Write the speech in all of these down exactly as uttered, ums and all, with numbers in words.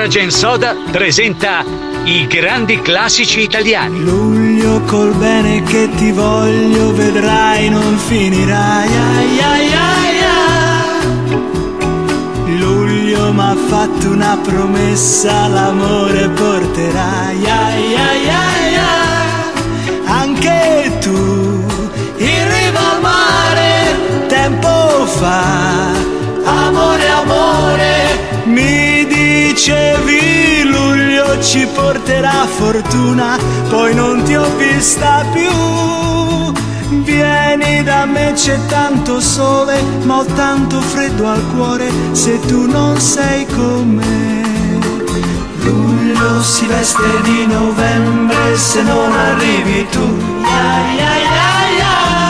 Garagen Soda presenta i grandi classici italiani. Luglio col bene che ti voglio, vedrai non finirai. Ai, ai, ai, ai. Luglio m'ha fatto una promessa, l'amore porterai. Ai, ai, ai, ai. Anche tu in riva al mare tempo fa, amore, amore, mi dicevi luglio ci porterà fortuna, poi non ti ho vista più. Vieni da me, c'è tanto sole, ma ho tanto freddo al cuore se tu non sei con me. Luglio si veste di novembre se non arrivi tu. Ai, ai, ai,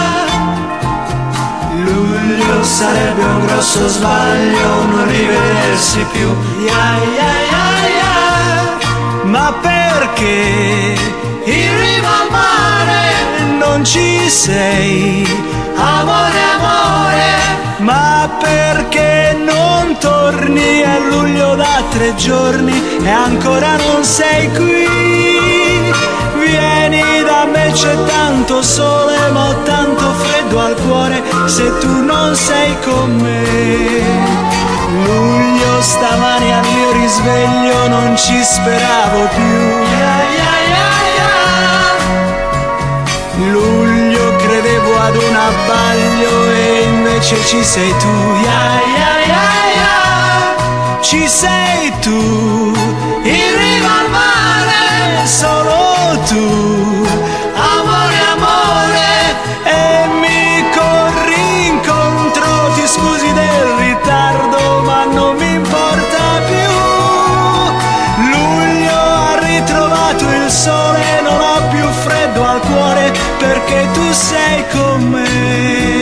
ai. Luglio sarebbe un grosso sbaglio non rivedersi più. Ai, ai, ai, ai. Ma perché in riva al mare non ci sei, amore, amore? Ma perché non torni? È luglio da tre giorni e ancora non sei qui. Vieni da me, c'è tanto sole, ma ho tanto freddo al cuore se tu non sei con me. Luglio stamani al mio risveglio non ci speravo più. Ai, ai, ai, ai. Luglio credevo ad un abbaglio e invece ci sei tu. Ai, ai, ai, ai. Ci sei tu in riva al mare, solo tu, amore, amore, e mi corri incontro. Ti scusi del ritardo ma non mi importa più. Luglio ha ritrovato il sole, non ho più freddo al cuore perché tu sei con me.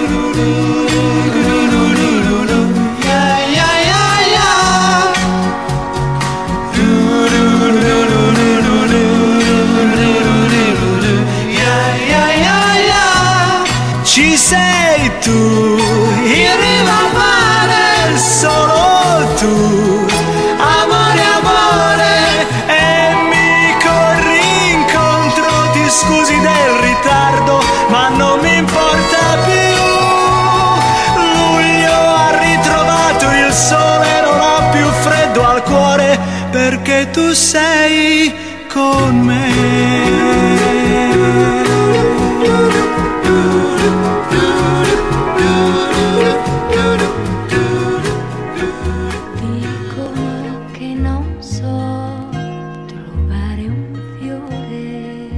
Ci sei tu, in riva al mare, solo tu, amore, amore, e mi corri incontro. Ti scusi del ritardo, ma non mi importa più. Luglio ha ritrovato il sole, non ho più freddo al cuore, perché tu sei con me. Dicono che non so trovare un fiore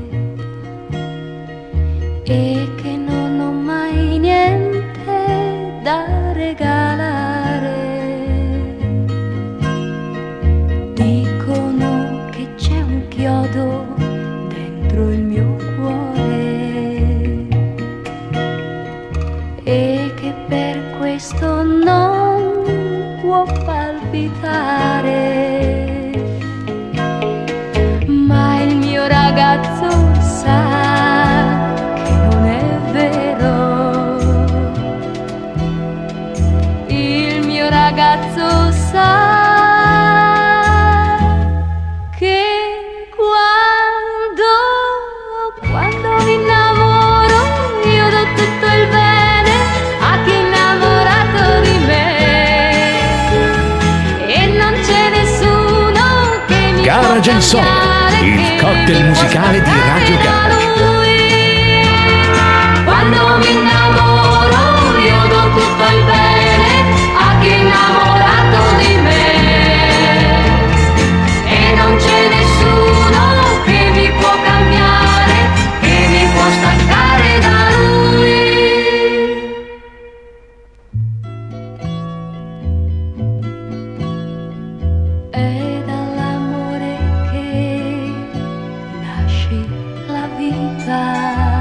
e che non ho mai niente da regalare. Dicono che c'è un chiodo dentro il mio cuore e che per questo non può palpitare, ma il mio ragazzo sa che non è vero. Il mio ragazzo sa che quando, quando mi innamoro io do tutto il bene a chi è innamorato di me e non c'è nessuno che mi Garagen Soda, il cocktail musicale di Radio Garage. Quando mi innamoro io do tutto il bene a chi è innamorato di me e non c'è nessuno che mi può cambiare, che mi può staccare da lui. È dall'amore che nasce la vita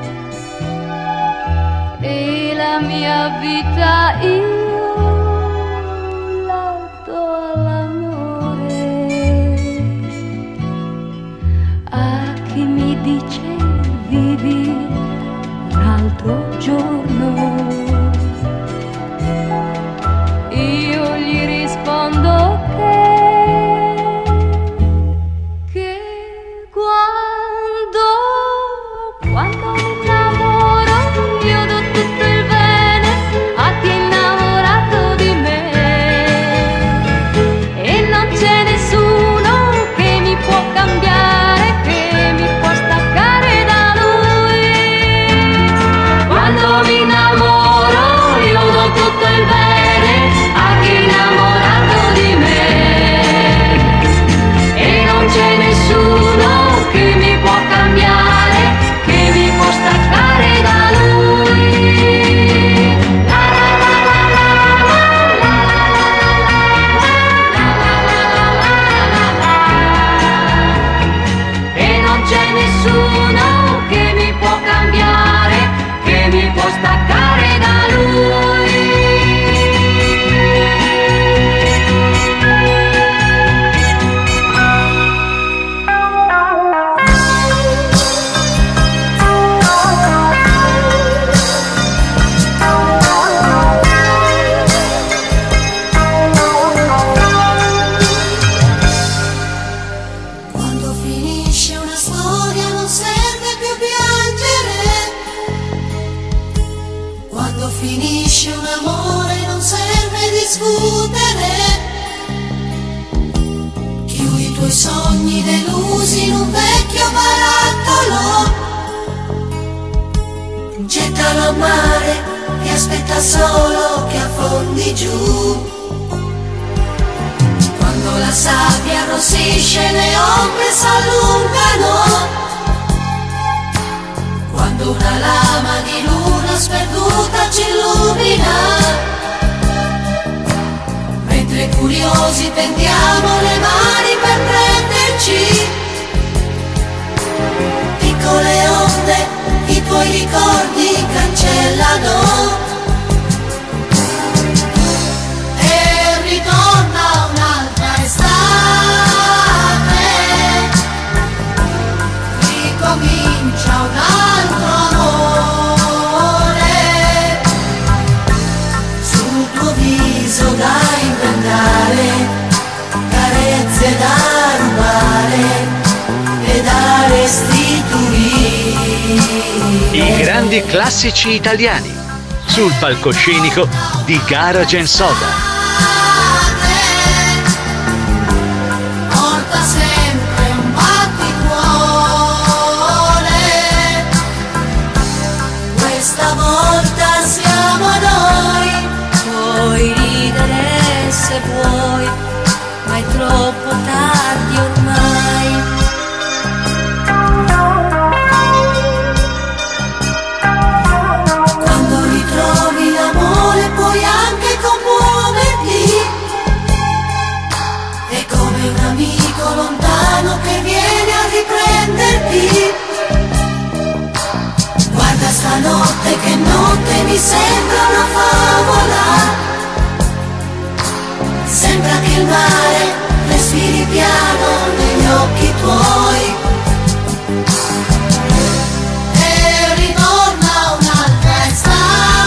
e la mia vita io la do all'amore. A chi mi dice vivi un altro giorno, io gli rispondo che finisce un amore non serve discutere. Chiudi i tuoi sogni delusi in un vecchio barattolo, gettalo a mare e aspetta solo che affondi giù. Quando la sabbia arrossisce le ombre s'allungano, quando una lama di luna sperduta ci illumina, mentre curiosi tendiamo le mani per prenderci. Piccole onde i tuoi ricordi cancellano e ritorna un'altra estate, ricomincia un altro amore, sul tuo viso da inventare, carezze da rubare e da restituire. I grandi classici italiani sul palcoscenico di Garage and Soda. Porta sempre un batticuore, questa volta siamo noi. Puoi ridere se vuoi, ma è troppo tardi ormai. Puoi anche commuoverti, è come un amico lontano che viene a riprenderti. Guarda stanotte che notte mi sembra una favola, sembra che il mare respiri piano negli occhi tuoi. E ritorna un'altra estate,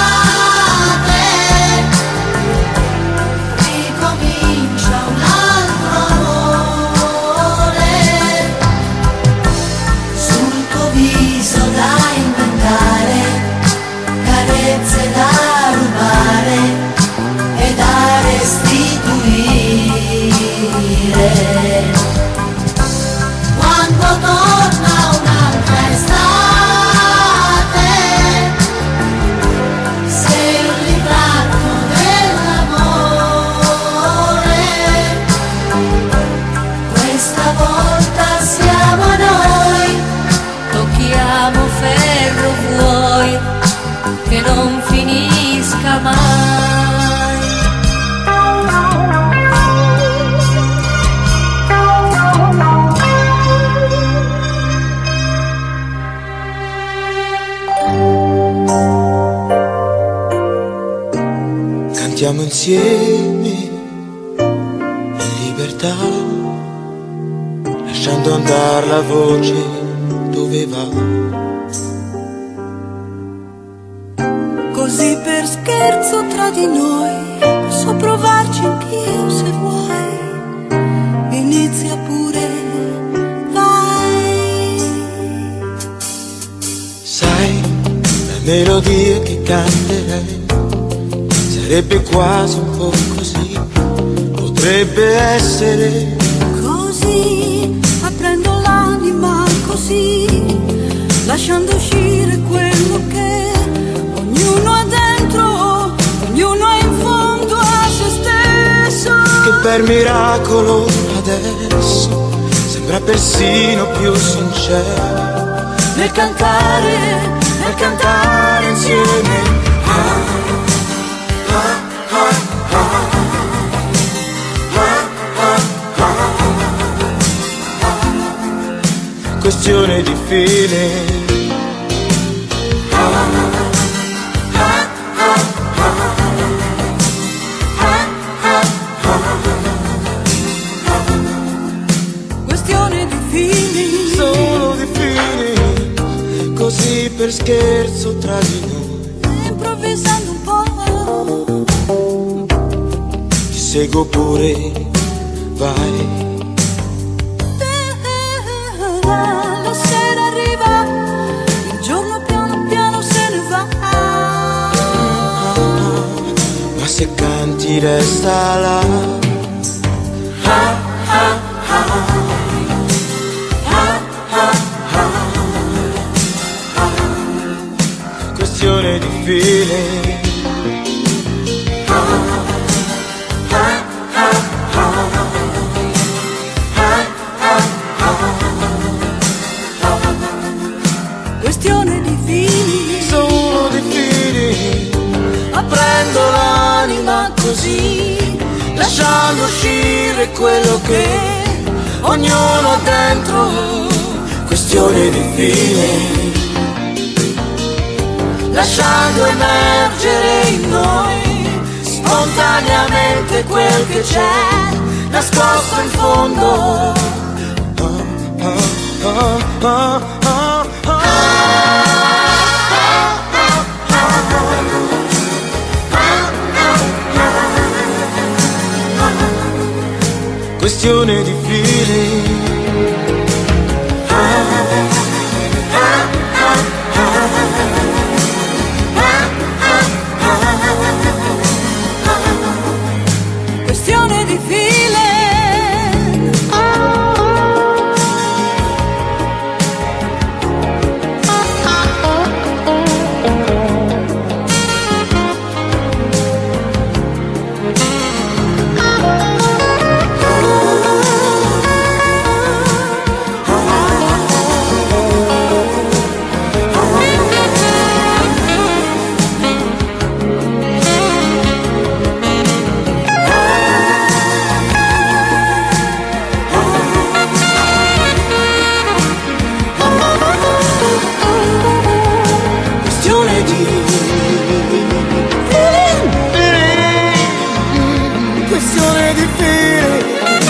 un altro amore, sul tuo viso da inventare, carezze da rubare e da restituire. Quando torna un'altra estate, sei un ritratto dell'amore. Questa volta siamo noi, tocchiamo ferro vuoi, che non finisca mai. Cantiamo insieme in libertà, lasciando andare la voce dove va. Così per scherzo tra di noi, posso provarci anch'io se vuoi. Inizia pure, vai. Sai, la melodia che canterai sarebbe quasi un po' così, potrebbe essere Così, aprendo l'anima così, lasciando uscire quello che ognuno ha dentro, ognuno è in fondo a se stesso. che per miracolo adesso sembra persino più sincero Nel cantare, nel cantare insieme. Questione di feeling. Questione di feeling. Solo di feeling. Così per scherzo tra di noi, Improvvisando un po', ti seguo pure, vai. la sera arriva, il giorno piano piano se ne va. se canti resta là. Ah, ah, ah. Ah, ah, ah. Ah. Questione di feeling. Ah, ah, ah, ah. Questione di fili, Solo di feeling. aprendo l'anima così, Lasciando uscire quello che ognuno ha dentro. Questione di feeling. Lasciando emergere in noi spontaneamente quel che c'è nascosto in fondo. Ah, ah, ah, ah, ah. Questione di feeling. questione di file. Questione di feeling.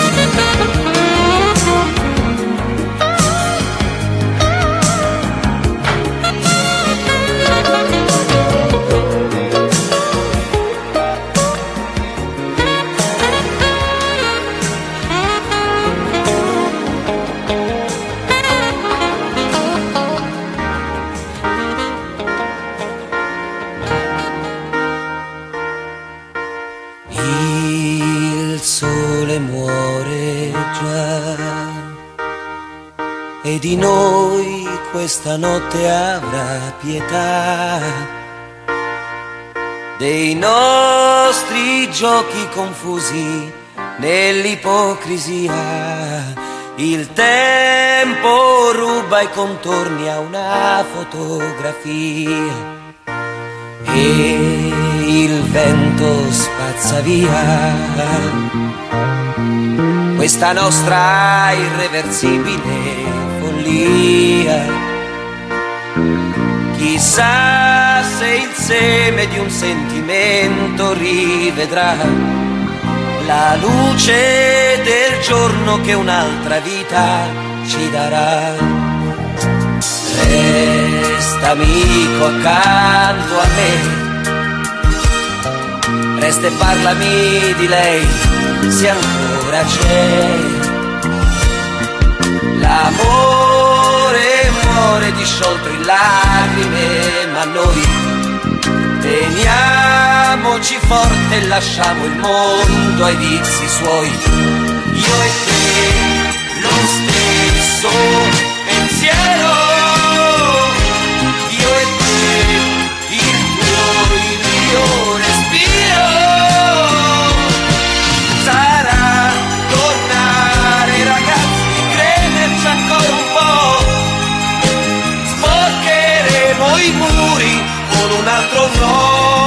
Il sole muore già e di noi questa notte avrà pietà, dei nostri giochi confusi nell'ipocrisia. Il tempo ruba i contorni a una fotografia e il vento spazza via questa nostra irreversibile follia. Chissà se il seme di un sentimento rivedrà la luce del giorno che un'altra vita ci darà. Resta amico accanto a me, resta e parlami di lei se ancora c'è. L'amore muore disciolto in lacrime, ma noi teniamoci forte e lasciamo il mondo ai vizi suoi. Io e te lo stesso pensiero, io e te il tuo, il mio respiro. Sarà tornare ragazzi, crederci ancora un po', sporcheremo i muri con un altro no.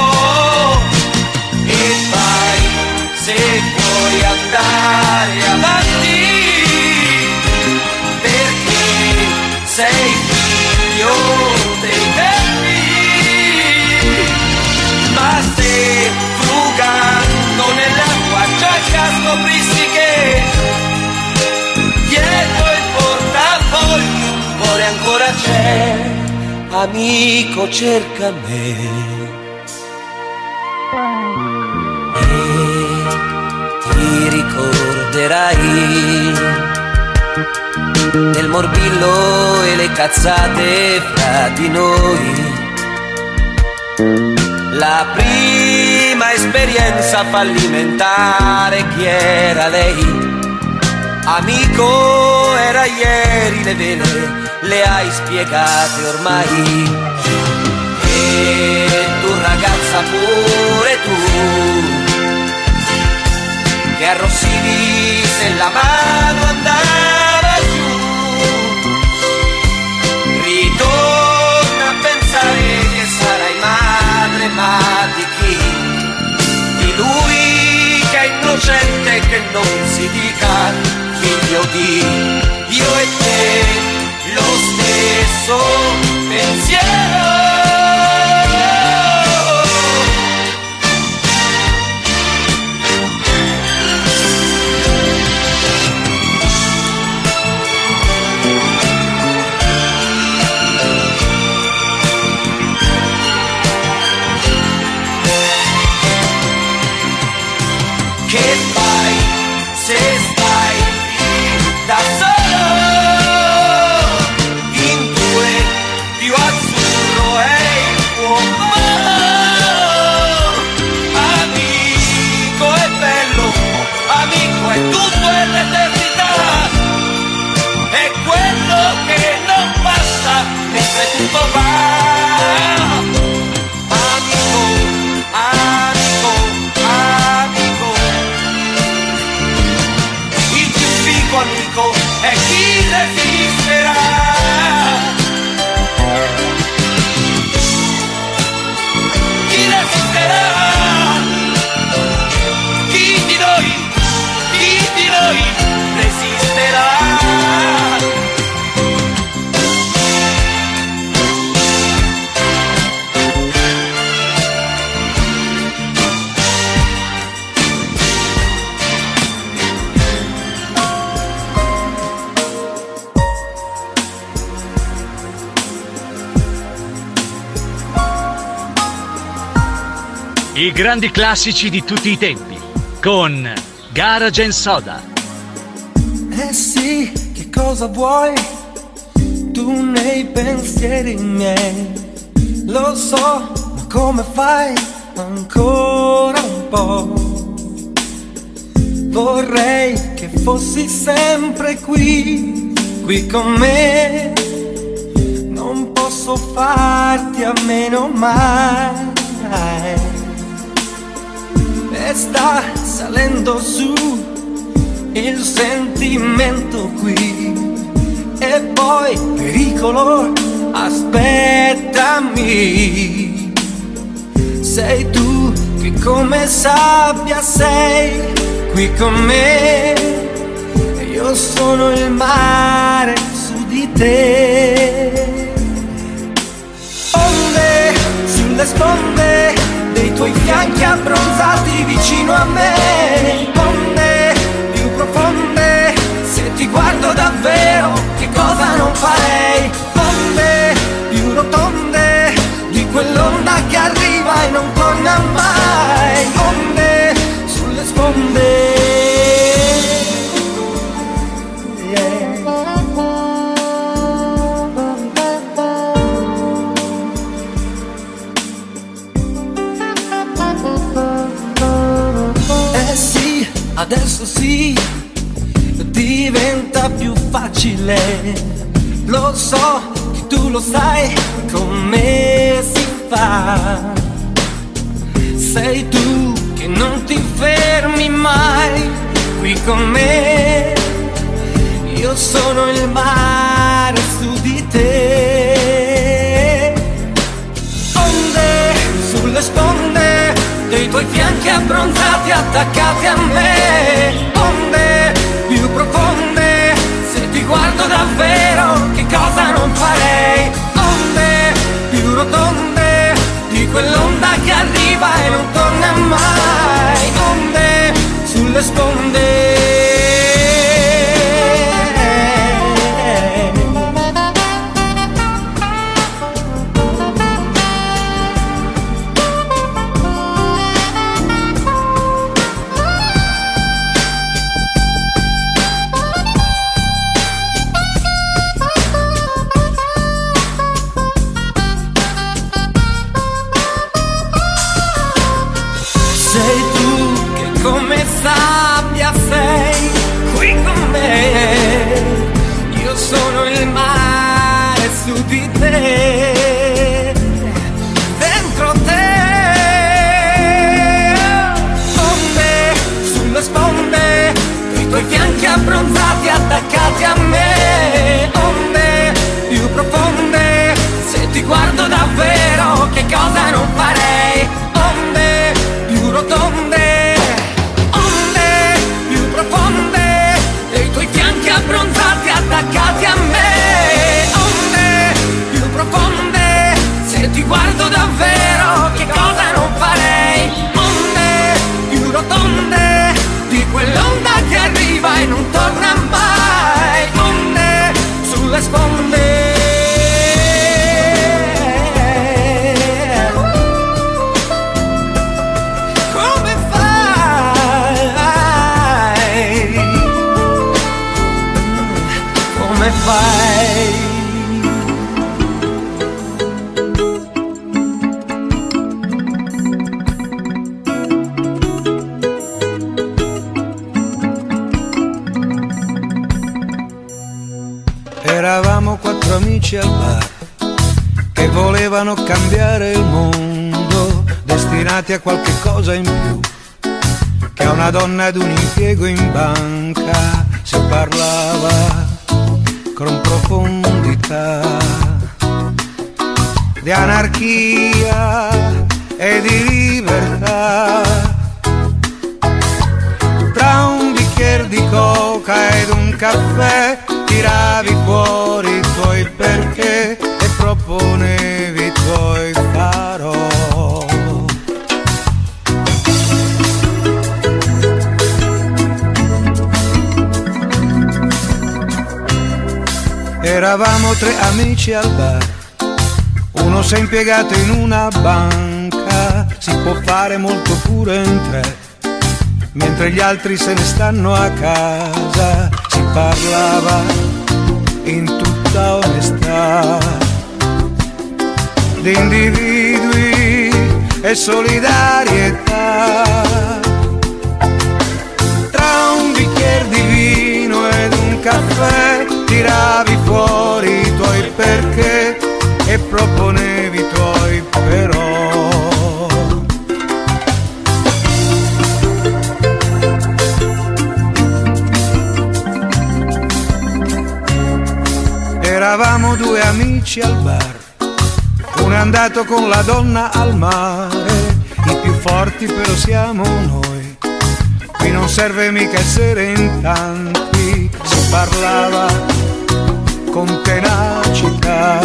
E vai se vuoi andare avanti, perché sei figlio dei tempi. Ma se frugando nell'acqua giacca scoprissi che dietro il portafoglio il cuore ancora c'è, amico cerca me. E ti ricorderai del morbillo e le cazzate fra di noi, La prima esperienza fallimentare, chi era lei? Amico, era ieri, le vele le hai spiegate ormai. E tu ragazza pure tu, che arrossivi se la mano andava giù. Ritorna a pensare che sarai madre, ma di chi? Di lui che è innocente, che non si dica figlio di. Io e te lo stesso pensiero. Che fai se stai da solo in due più azzurro e il fuoco? Amico è bello, amico è tutto e l'eternità, è quello che non passa mentre tutto va. Amico, amico, amico, amico è chi resisterà. Chi resisterà? Chi di noi, chi di noi resisterà? I grandi classici di tutti i tempi, con Garage and Soda. Eh sì, che cosa vuoi? Tu nei pensieri miei, lo so, ma come fai? Ancora un po'. Vorrei che fossi sempre qui, qui con me. Non posso farti a meno mai. E sta salendo su il sentimento qui. E poi pericolo, aspettami. Sei tu che come sabbia sei qui con me. E io sono il mare su di te. Onde sulle sponde dei tuoi fianchi abbronzati vicino a me. Onde più profonde, se ti guardo davvero che cosa non farei. Onde più rotonde di quell'onda che arriva e non torna mai. Onde sulle sponde. Adesso sì, diventa più facile. Lo so che tu lo sai come si fa. Sei tu che non ti fermi mai qui con me. Io sono il mare su di te. Onde sulle sponde dei tuoi fianchi abbronzati attaccati a me. Onde più profonde, se ti guardo davvero che cosa non farei. Onde più rotonde di quell'onda che arriva e non torna mai. Onde sulle sponde. sei tu che come sabbia sei qui con me. Io sono il mare su di te, dentro te. Onde sulle sponde, i tuoi fianchi abbronzati attaccati a me. Onde più profonde, se ti guardo davvero che cosa non farei. Onde più rotonde, onde più profonde, dei tuoi fianchi abbronzati attaccati a me. Onde più profonde, se ti guardo davvero che cosa non farei. Onde più rotonde, di quell'onda che arriva e non torna mai. Onde sulle sponde. Eravamo quattro amici al bar che volevano cambiare il mondo, destinati a qualche cosa in più che a una donna ed un impiego in banca. Si parlava con profondità di anarchia e di libertà. Tra un bicchiere di coca ed un caffè tiravi fuori i tuoi perché e proponevi i tuoi farò. Eravamo tre amici al bar, uno si è impiegato in una banca, si può fare molto pure in tre, mentre gli altri se ne stanno a casa. Si parlava in tutta onestà di individui e solidarietà. Tra un bicchiere di vino ed un caffè tiravi fuori i tuoi perché e proponevi i tuoi però. Eravamo due amici al bar, uno è andato con la donna al mare, i più forti però siamo noi, qui non serve mica essere in tanti. Si parlava con tenacità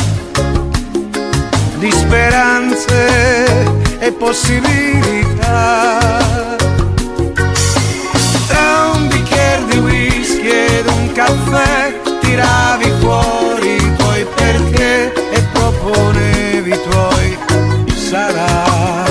di speranze e possibilità. Tra un bicchiere di whisky ed un caffè tiravi fuori i tuoi perché e proponevi i tuoi sarà.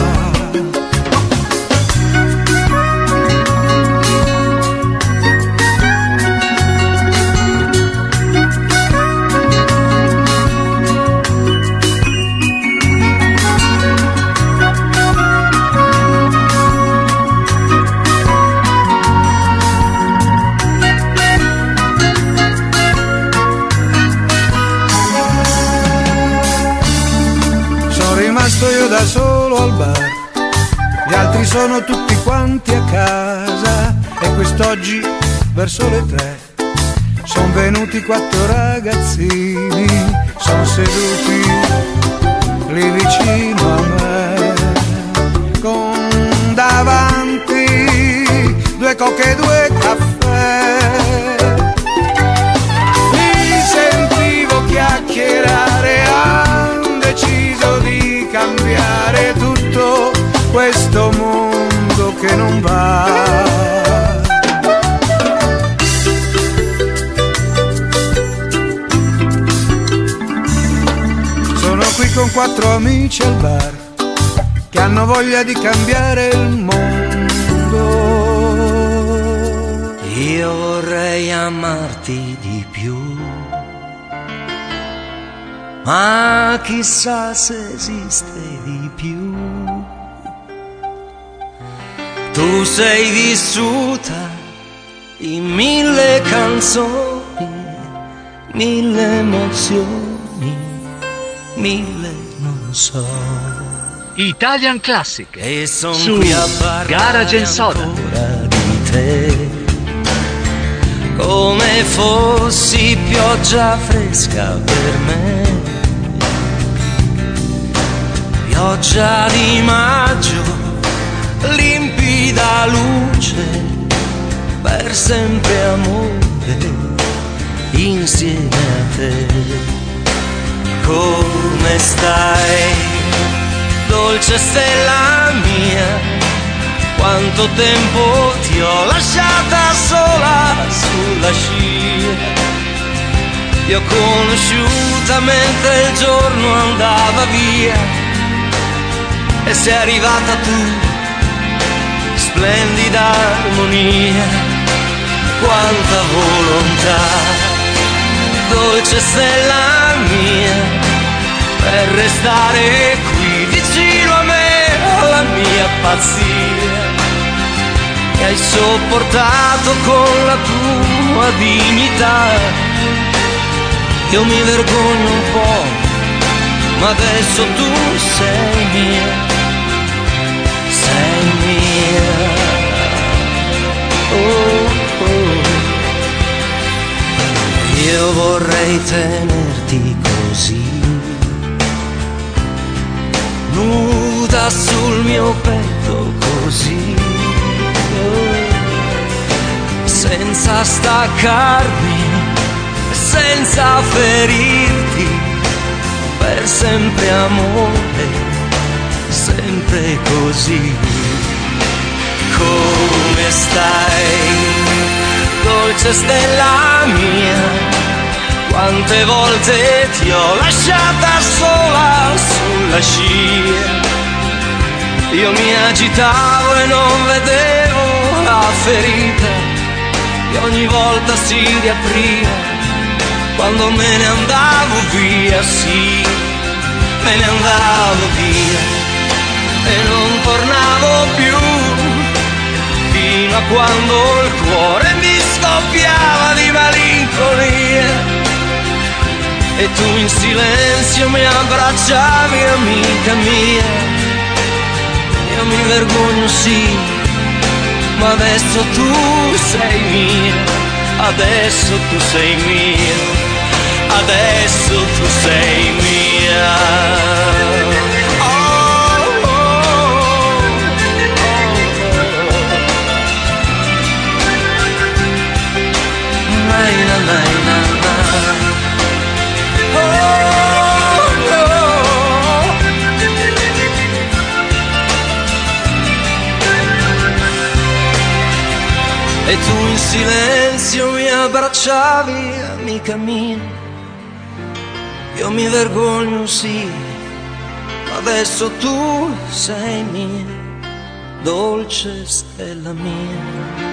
Io da solo al bar, gli altri sono tutti quanti a casa e quest'oggi verso le tre son venuti quattro ragazzini, son seduti lì vicino a me, con davanti due coche e due caffè. Li sentivo chiacchierare, han deciso di cambiare tutto questo mondo che non va. Sono qui con quattro amici al bar che hanno voglia di cambiare il mondo. Io vorrei amarti di più, ma chissà se esiste di più. Tu sei vissuta in mille canzoni, mille emozioni, mille non so. Italian Classic E son su qui a parlare Garage and Soda. ancora di te, come fossi pioggia fresca per me, pioggia di maggio, limpida luce, per sempre amore, insieme a te. Come stai, dolce stella mia? Quanto tempo ti ho lasciata sola sulla scia. Ti ho conosciuta mentre il giorno andava via, e sei arrivata tu, splendida armonia. Quanta volontà, dolce stella mia, per restare qui vicino a me, alla mia pazzia. Che hai sopportato con la tua dignità. Io mi vergogno un po', ma adesso tu sei mia, sei mia. Oh, oh. Io vorrei tenerti così, nuda sul mio petto così, senza staccarmi, senza ferirti, per sempre amore, sempre così. Come stai, dolce stella mia? Quante volte ti ho lasciata sola sulla scia. Io mi agitavo e non vedevo la ferita, che ogni volta si riapriva quando me ne andavo via, sì, me ne andavo via e non tornavo più, fino a quando il cuore mi scoppiava di malinconia. E tu in silenzio mi abbracciavi, amica mia. Io mi vergogno sì, ma adesso tu sei mia, adesso tu sei mia, adesso tu sei mia. Oh, oh, oh, oh. Nai, na, nai, na, na. E tu in silenzio mi abbracciavi, amica mia. Io mi vergogno sì, ma adesso tu sei mia, dolce stella mia,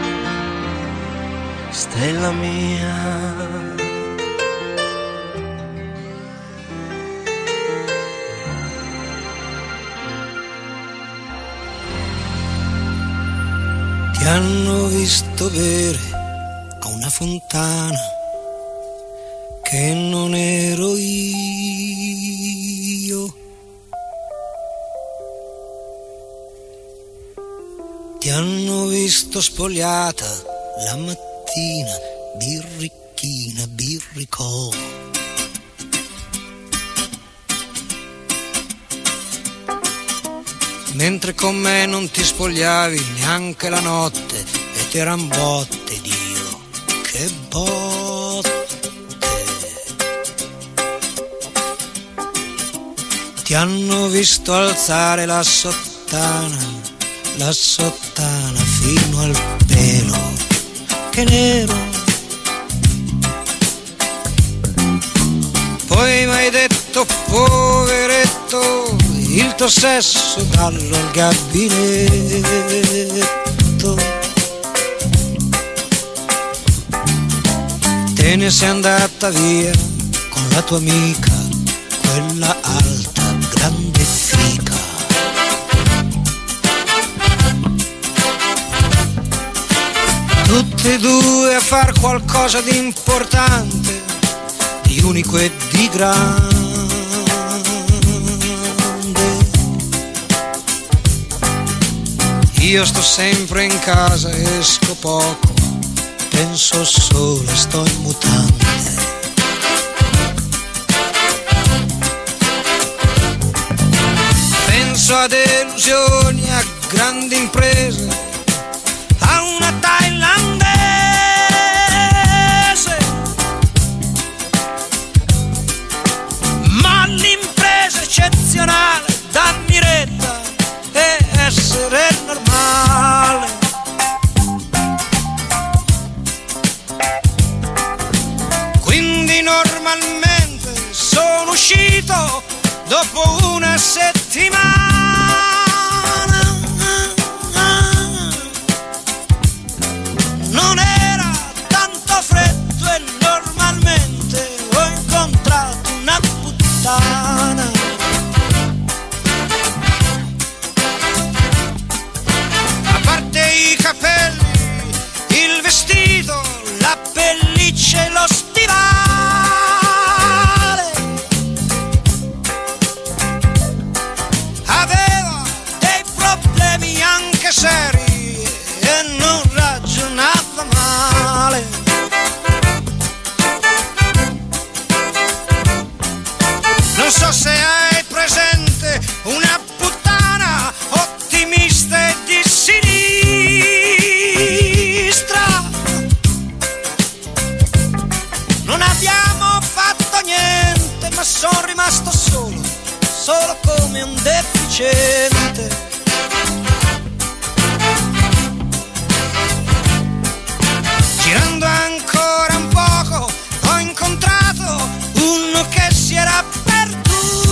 stella mia. Ti hanno visto bere a una fontana che non ero io. Ti hanno visto spogliata la mattina, birricchina, birricò. Mentre con me non ti spogliavi neanche la notte, e t'eran botte, Dio, che botte. Ti hanno visto alzare la sottana, la sottana fino al pelo, che nero. Poi m'hai detto, poveretto, il tuo sesso dallo al gabinetto. Te ne sei andata via con la tua amica, quella alta, grande fica. tutti e due a far qualcosa di importante, di unico e di grande. Io sto sempre in casa, esco poco, penso solo, sto in mutande. Penso a delusioni, a grandi imprese, a una thailandese, ma l'impresa eccezionale, dammi retta e essere normale. Quindi normalmente sono uscito dopo una settimana. Non era tanto freddo e normalmente ho incontrato una puttana. A parte i capelli, il vestito, la pelliccia e lo stivale, aveva dei problemi anche seri e non ragionava male. Non so se hai presente una puttana ottimista e di sinistra. Non abbiamo fatto niente, ma sono rimasto solo, solo come un deficiente. Girando ancora un poco ho incontrato uno che si era perduto.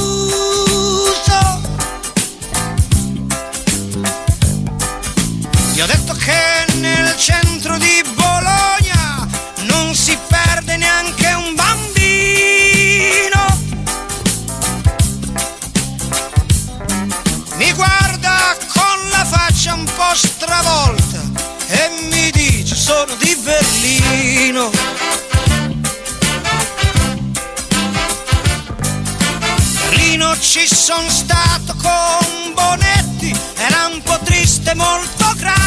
Gli ho detto che nel centro di Bologna non si perde neanche un bambino. Mi guarda con la faccia un po' stravolta e mi dice: sono di Berlino. Berlino ci son stato con Bonetti, era un po' triste, molto grande.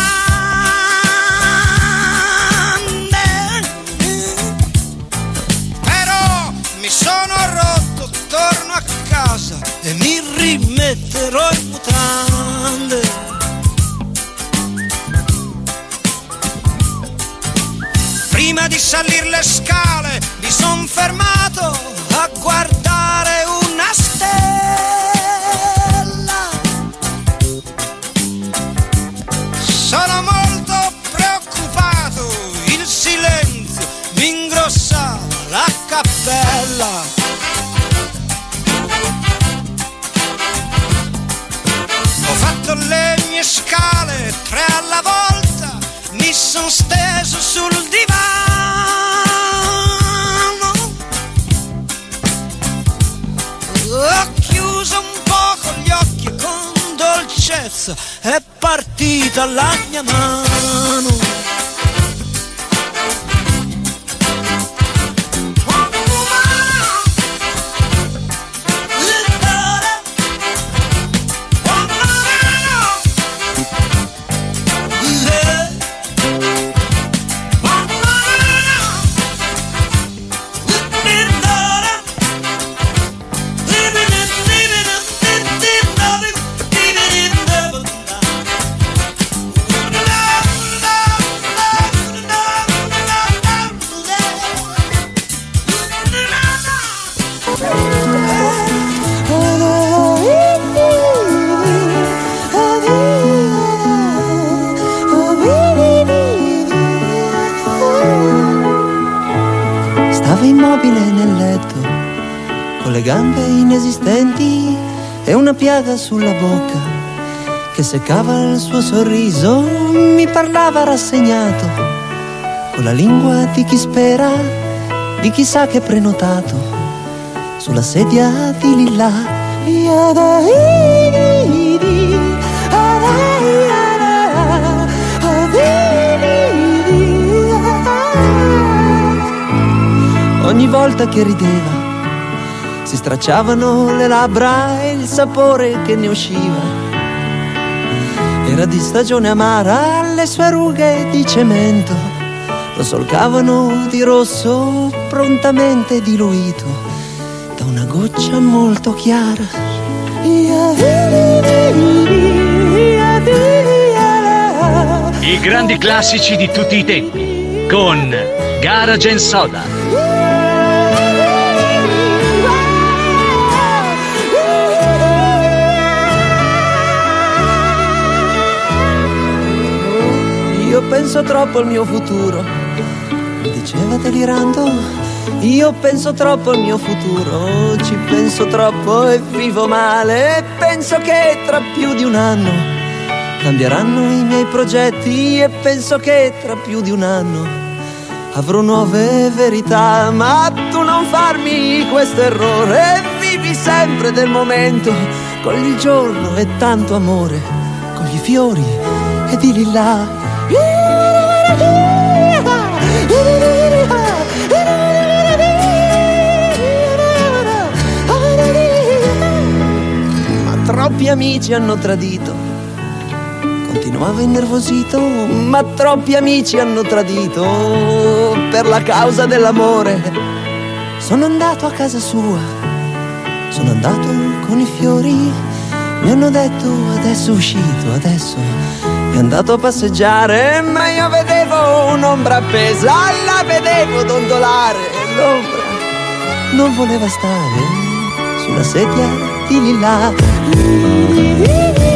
Però mi sono rotto, torno a casa e mi rimetterò in mutande. Prima di salire le scale mi son fermato a guardare una stella. Sono molto preoccupato, il silenzio mi ingrossava la cappella. Ho fatto le mie scale tre alla volta, mi son steso sul divano. Ho chiuso un poco gli occhi e con dolcezza è partita la mia mano. Gambe inesistenti e una piaga sulla bocca che seccava il suo sorriso, mi parlava rassegnato con la lingua di chi spera, di chi sa che è prenotato sulla sedia di lilla. ogni volta che rideva si stracciavano le labbra e il sapore che ne usciva era di stagione amara, le sue rughe di cemento lo solcavano di rosso prontamente diluito da una goccia molto chiara. I grandi classici di tutti i tempi con Garage and Soda. Io penso troppo al mio futuro, mi diceva delirando. Io penso troppo al mio futuro, ci penso troppo e vivo male. Penso che tra più di un anno cambieranno i miei progetti e penso che tra più di un anno avrò nuove verità. Ma tu non farmi questo errore, vivi sempre del momento, cogli il giorno e tanto amore, con gli fiori ed i lilla. Ma troppi amici hanno tradito, continuava innervosito, ma troppi amici hanno tradito per la causa dell'amore. Sono andato a casa sua, sono andato con i fiori, mi hanno detto adesso è uscito, adesso è andato a passeggiare, ma io vedevo un'ombra appesa, la vedevo dondolare, l'ombra non voleva stare sulla sedia di lilla.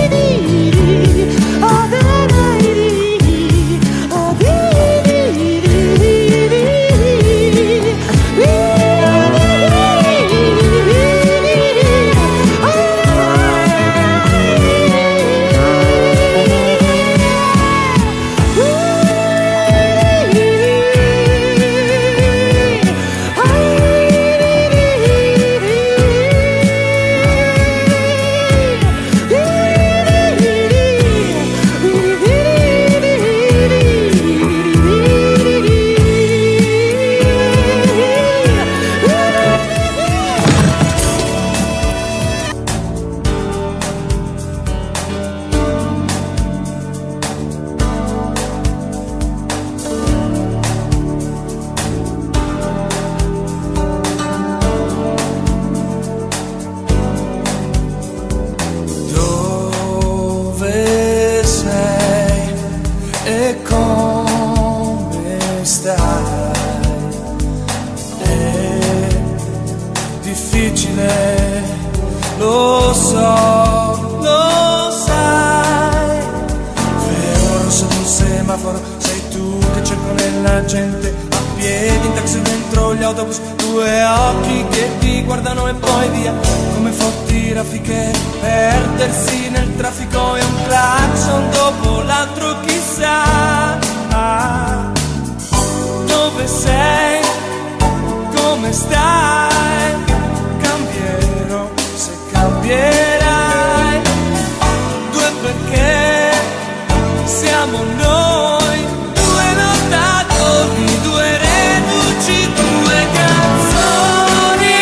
Lo so, lo sai. Vero rosso di un semaforo, sei tu che cerco nella gente, a piedi, in taxi, dentro gli autobus, due occhi che ti guardano e poi via, come fotti raffiche, perdersi nel traffico e un clacson dopo l'altro chissà. Ah, dove sei? Come stai? Cambierò se cambierai, due perché siamo noi, due notatori, due reduci, due canzoni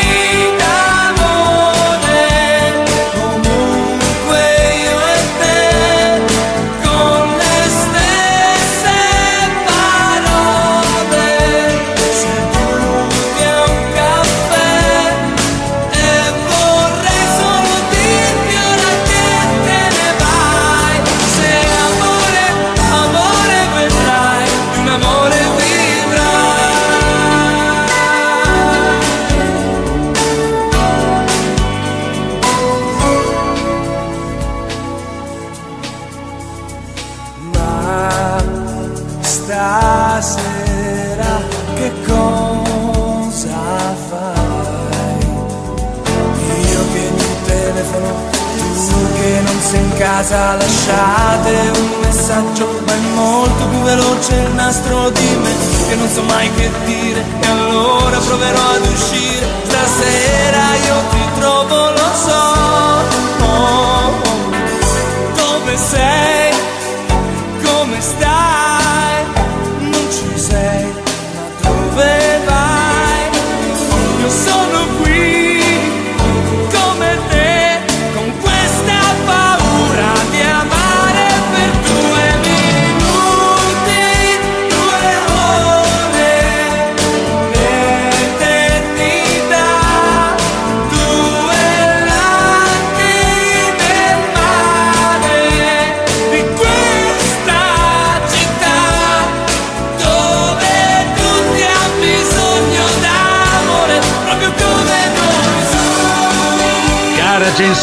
d'amore, comunque io e te, con le stesse parole, seduti a un caffè, e vorrei solo dirti ora che te ne vai. Se amore, amore vedrai, di un amore vivrai. Ma stasera che cosa fai? Io che ti telefono, tu che non sei in casa, lasciate un messaggio, ma è molto più veloce il nastro di me, che non so mai che dire, e allora proverò ad uscire. Stasera io ti trovo, lo so. Oh, oh. Dove sei? Come stai? Non ci sei, ma dove vai?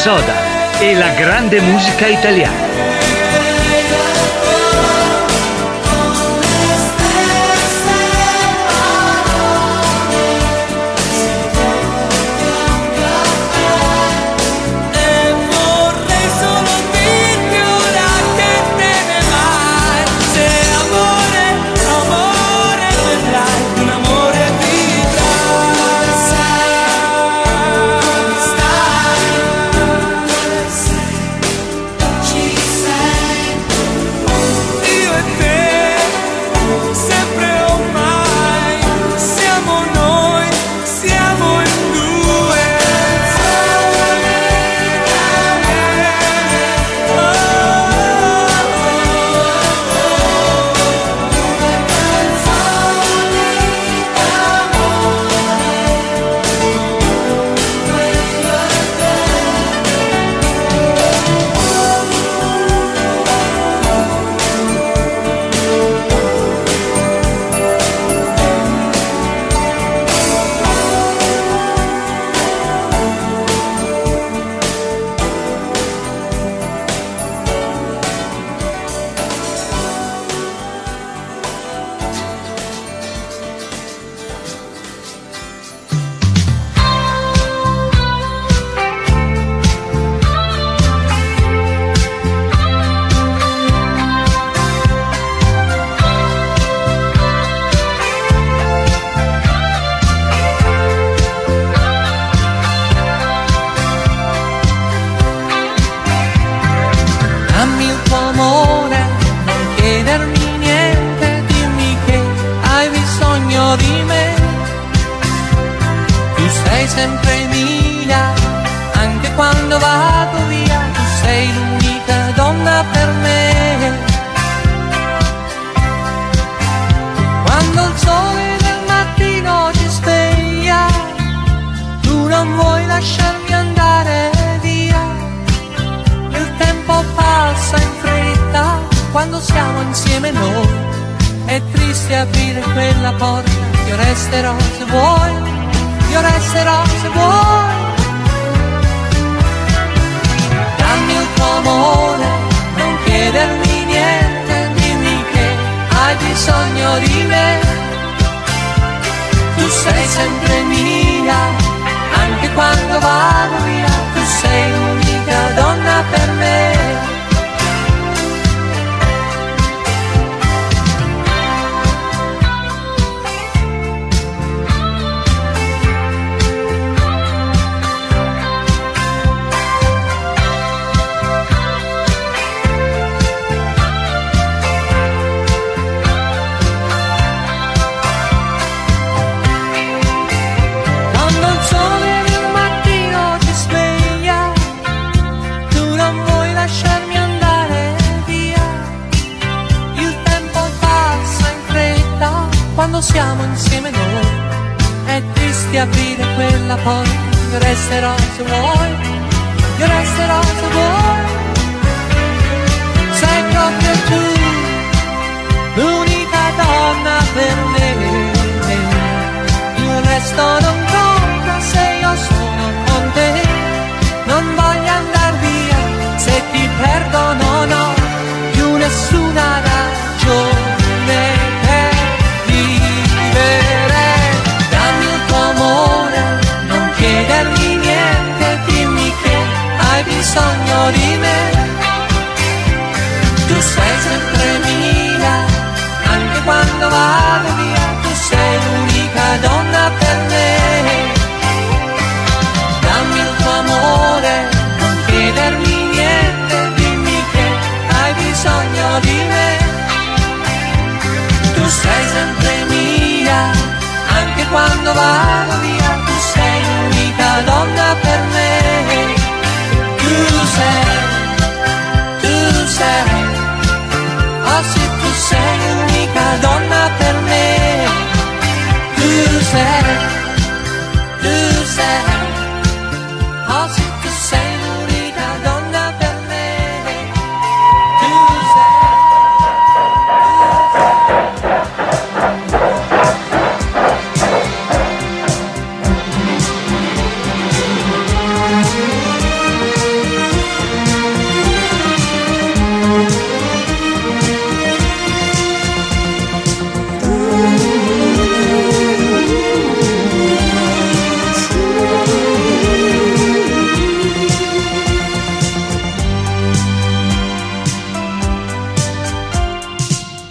Soda e la grande musica italiana.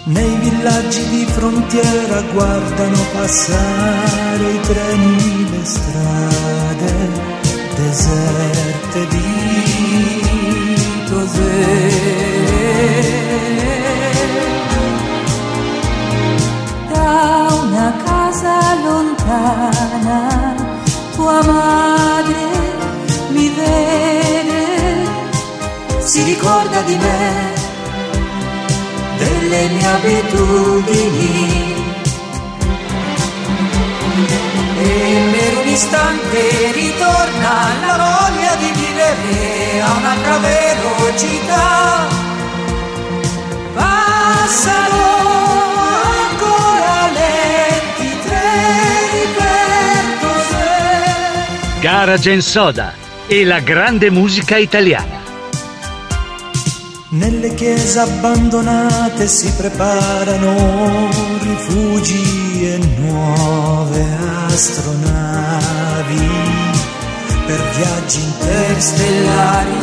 Nei villaggi di frontiera guardano passare i treni, le strade deserte di Tosè. Da una casa lontana tua madre mi vede, si ricorda di me, delle mie abitudini, e per un istante ritorna la voglia di vivere a un'altra velocità. Passano ancora lenti treni per Tosè. Garagen Soda e la grande musica italiana. Nelle chiese abbandonate si preparano rifugi e nuove astronavi per viaggi interstellari.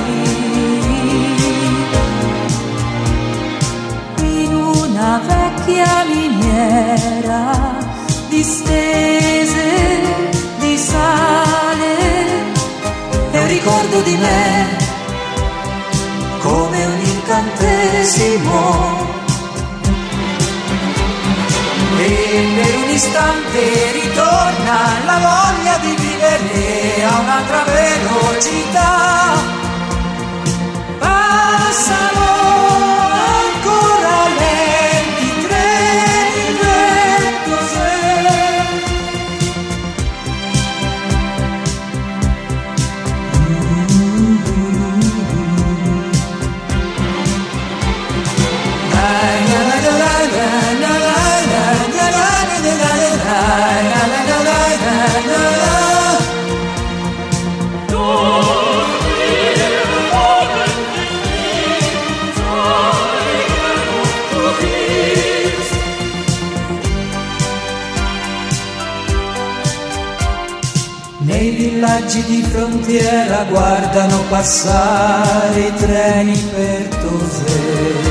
In una vecchia miniera distese di sale è un ricordo di me, come un incantesimo, e per un istante ritorna la voglia di vivere a un'altra velocità. Passano ancora lenti treni per Tosè. Nei villaggi di frontiera guardano passare i treni per Tosè.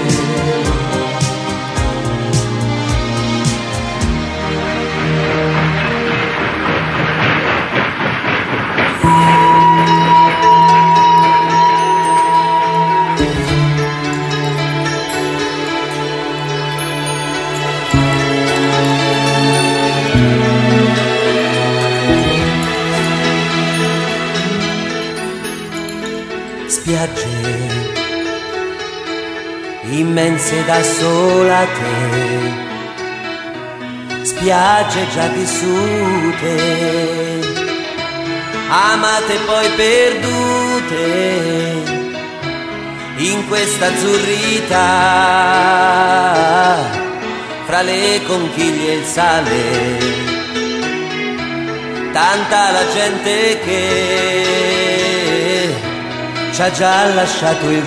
Spiagge immense da sola te, spiagge già vissute, amate poi perdute in questa azzurrità, fra le conchiglie e il sale, tanta la gente che ci ha già lasciato il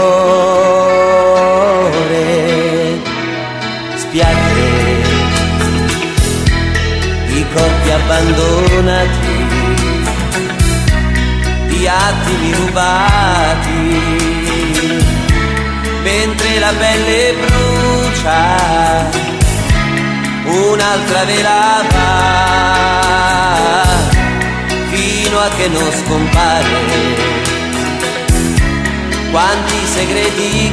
cuore. Spiagge, i corpi abbandonati, di attimi rubati, mentre la pelle brucia, un'altra velava, fino a che non scompare. Quanti segreti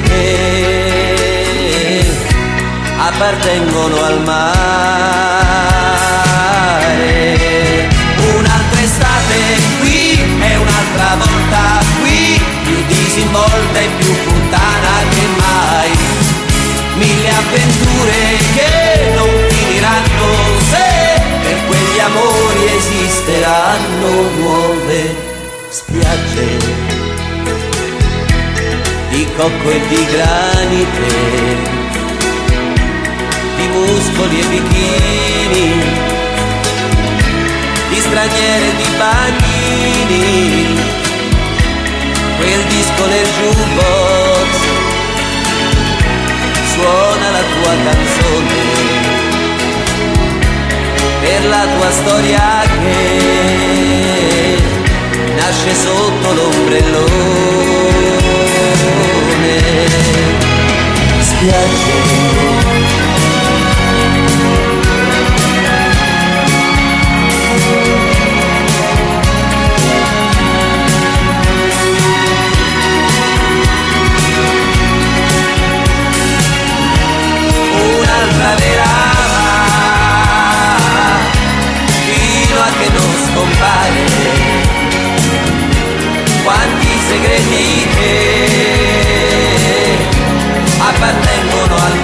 che appartengono al mare. Un'altra estate qui e un'altra volta qui, più disinvolta e più puttana che mai. Mille avventure che non finiranno se per quegli amori esisteranno nuove spiagge di cocco e di granite, di muscoli e bikini, di straniere e di bagnini, quel disco nel jukebox, suona la tua canzone, per la tua storia che nasce sotto l'ombrellone. spiagge. Quanti segreti che appartengono al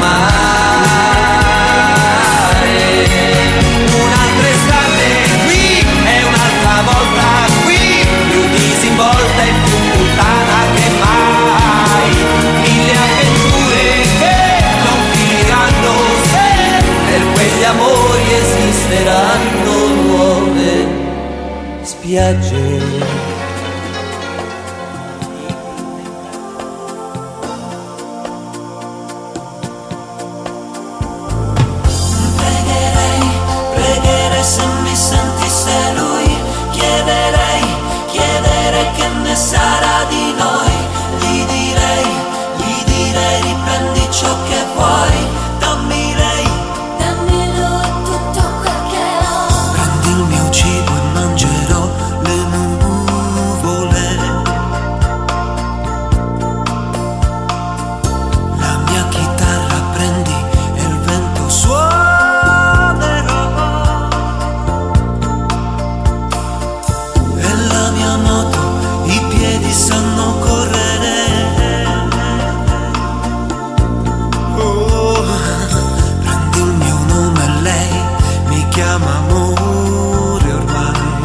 mare. Un'altra estate qui e un'altra volta qui, più disinvolta e più puttana che mai. Mille avventure che non finiranno se per quegli amori esisteranno nuove spiagge. Se mi sentisse lui, chiederei, chiederei che ne sarà di noi. Gli direi, gli direi riprendi ciò che vuoi, dammi lei, dammi lui tutto quel che ho. Prendi il mio cibo e mangerò le nuvole. La mia chitarra prendi e il vento suona. Sanno correre, oh, prendi il mio nome e lei mi chiama amore ormai.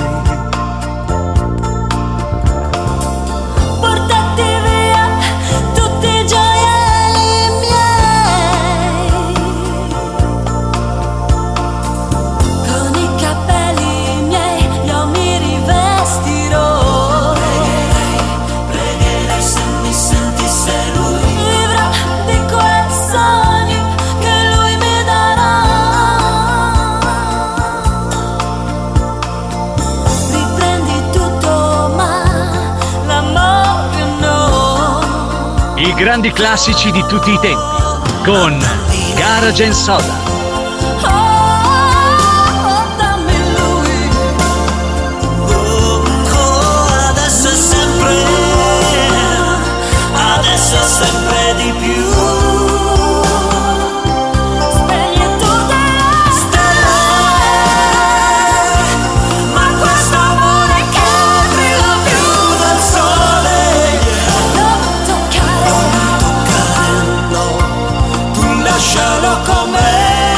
Portati via tutti i gioielli miei, con i capelli miei io mi rivestirò. I grandi classici di tutti i tempi con Garage and Soda. Sempre di più spegni tutte le stelle, ma questo amore che brilla più del sole non toccare, non toccare, no, tu lascialo con me.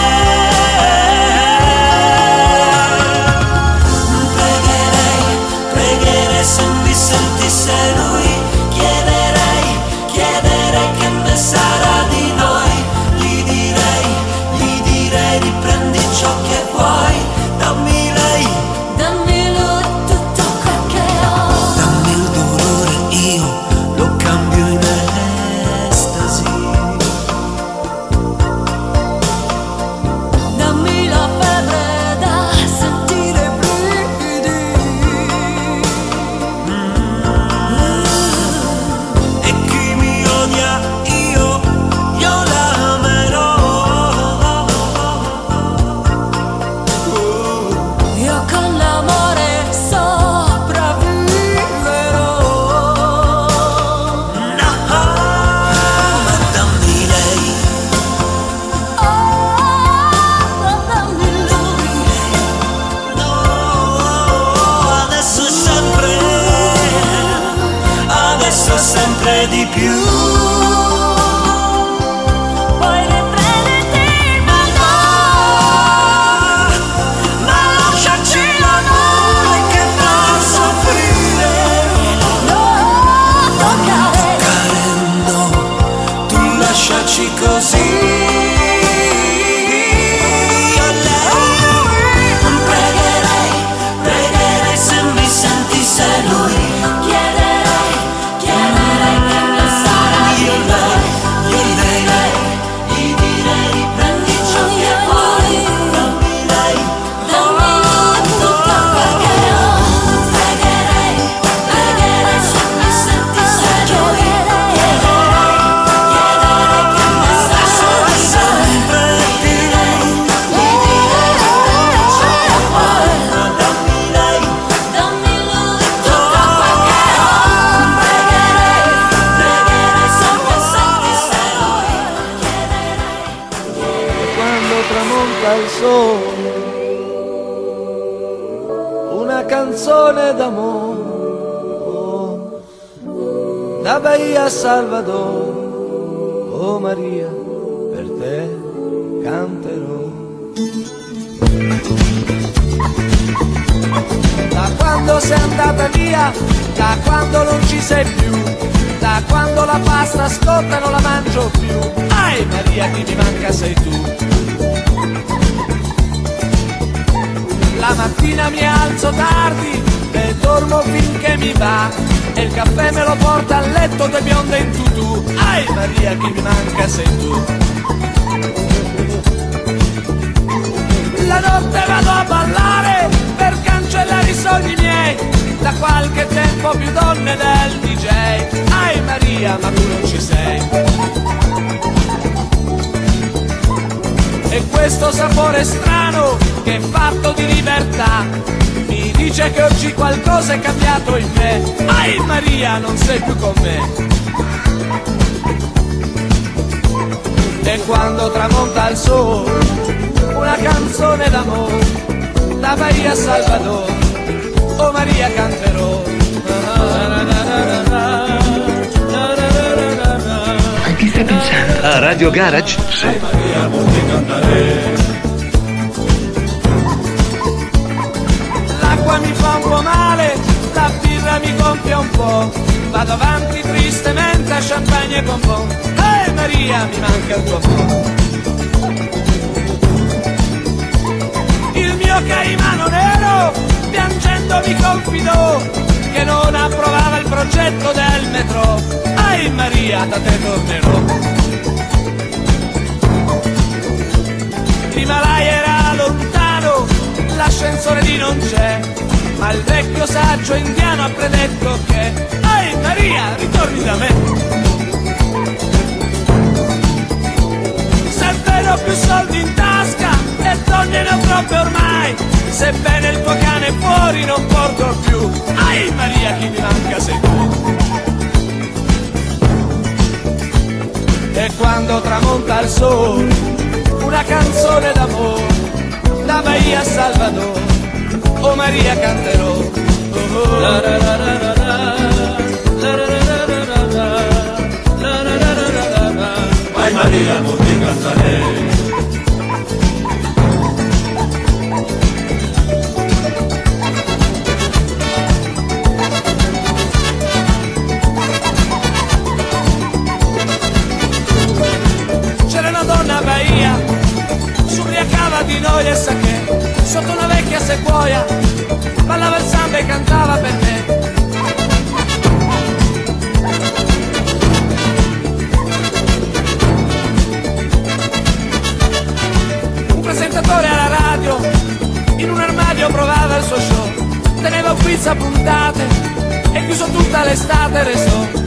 Pregherei, pregherei se mi sentisse lui, chiederei, chiederei che ne sarà di noi. Gli direi, gli direi riprendi ciò che vuoi, dammi lei, dammi lui tutto quel che ho. Dammi il dolore, io lo cambio in estasi. Dammi la febbre da sentire brividi. E chi mi odia io, io l'amerò. Io con l'amore sopravviverò. No, ma dammi lei, oh, dammi lui. No, adesso è sempre, adesso è sempre di più. Puoi riprenditi il mano, ma lasciarci l'amore che fa soffrire. No, toccare, toccare, no, tu lasciaci così. Io lei, pregherei, pregherei se mi sentisse lui, chiederei, chiederei che ne sarà tramonta il sole, una canzone d'amore, da Bahia a Salvador, oh Maria, per te canterò. Da quando sei andata via, da quando non ci sei più, da quando la pasta scotta non la mangio più, ai Maria chi mi manca sei tu. La mattina mi alzo tardi e dormo finché mi va, e il caffè me lo porta al letto de bionde in tutù, ai Maria chi mi manca sei tu. La notte vado a ballare per cancellare i sogni miei, da qualche tempo più donne del D J, ai Maria ma tu non ci sei. E questo sapore strano che è fatto di libertà mi dice che oggi qualcosa è cambiato in me, ai Maria non sei più con me. E quando tramonta il sole, una canzone d'amore, da Bahia a Salvador, oh Maria canterò. A chi stai pensando? A Radio Garage? Sì. Maria, molti cantare. L'acqua mi fa un po' male, la birra mi gonfia un po', vado avanti tristemente a champagne e bonbon, eh Maria mi manca il tuo po'. Il mio caimano nero piangendo mi confidò che non approvava il progetto del metro, ai Maria da te tornerò. L'Himalaya era lontano, l'ascensore lì non c'è, ma il vecchio saggio indiano ha predetto che, ai Maria ritorni da me. Sebbene ho più soldi in tasca e donne ne ho troppe ormai, sebbene il tuo cane fuori non porto più, ai Maria chi mi manca sei tu. E quando tramonta il sole, una canzone d'amore, da Bahia a Salvador, oh Maria canterò. Oh, oh. La, la, la, la, la, la. La, la, la, la, la, la, la. La, la, la, la, la, la. Ai Maria molti cantare. C'era una donna a Bahia, s'ubriacava di noia e sake, sotto una vecchia sequoia, ballava il samba e cantava per me. Un presentatore alla radio, in un armadio provava il suo show, teneva un quiz a puntate e chiuso tutta l'estate restò.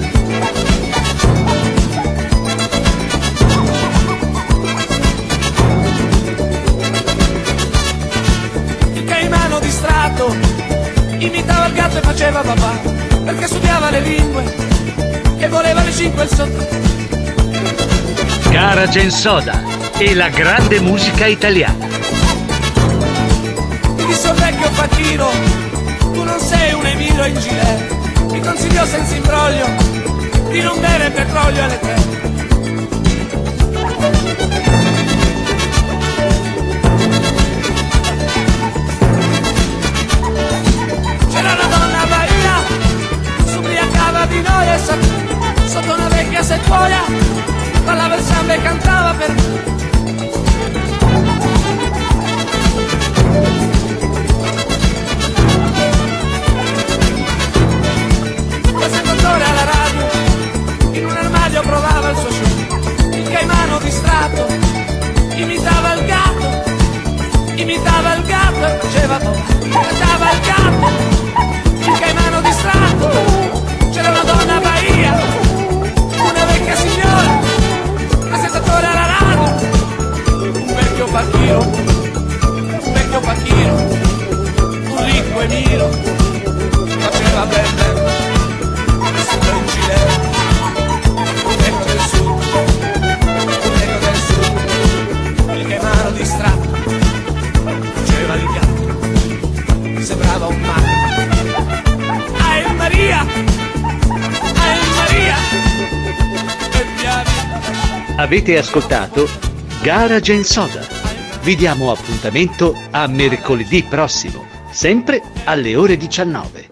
Distratto, imitava il gatto e faceva papà, perché studiava le lingue e voleva le cinque il sotto. Garage and Soda e la grande musica italiana. Mi disse un vecchio facchino, tu non sei un Emilio in gilet, mi consigliò senza imbroglio di non bere petrolio alle tre. C'era una donna a Bahia, s'ubriacava di noia e sotto una vecchia sequoia, ballava il samba e cantava per me. Il presentatore alla radio, in un armadio provava il suo show, il caimano distratto, imitava il gatto, imitava il gatto e faceva cantava il gatto. Il caimano distratto, c'era una donna a Bahia, una vecchia signora, presentatore alla radio, un vecchio facchino, un vecchio facchino, un ricco Emilio, faceva ben ben, vestito in gilet, un vecchio del sud, un vecchio del sud, il caimano distratto. Avete ascoltato Garage and Soda. Vi diamo appuntamento a mercoledì prossimo, sempre alle ore diciannove.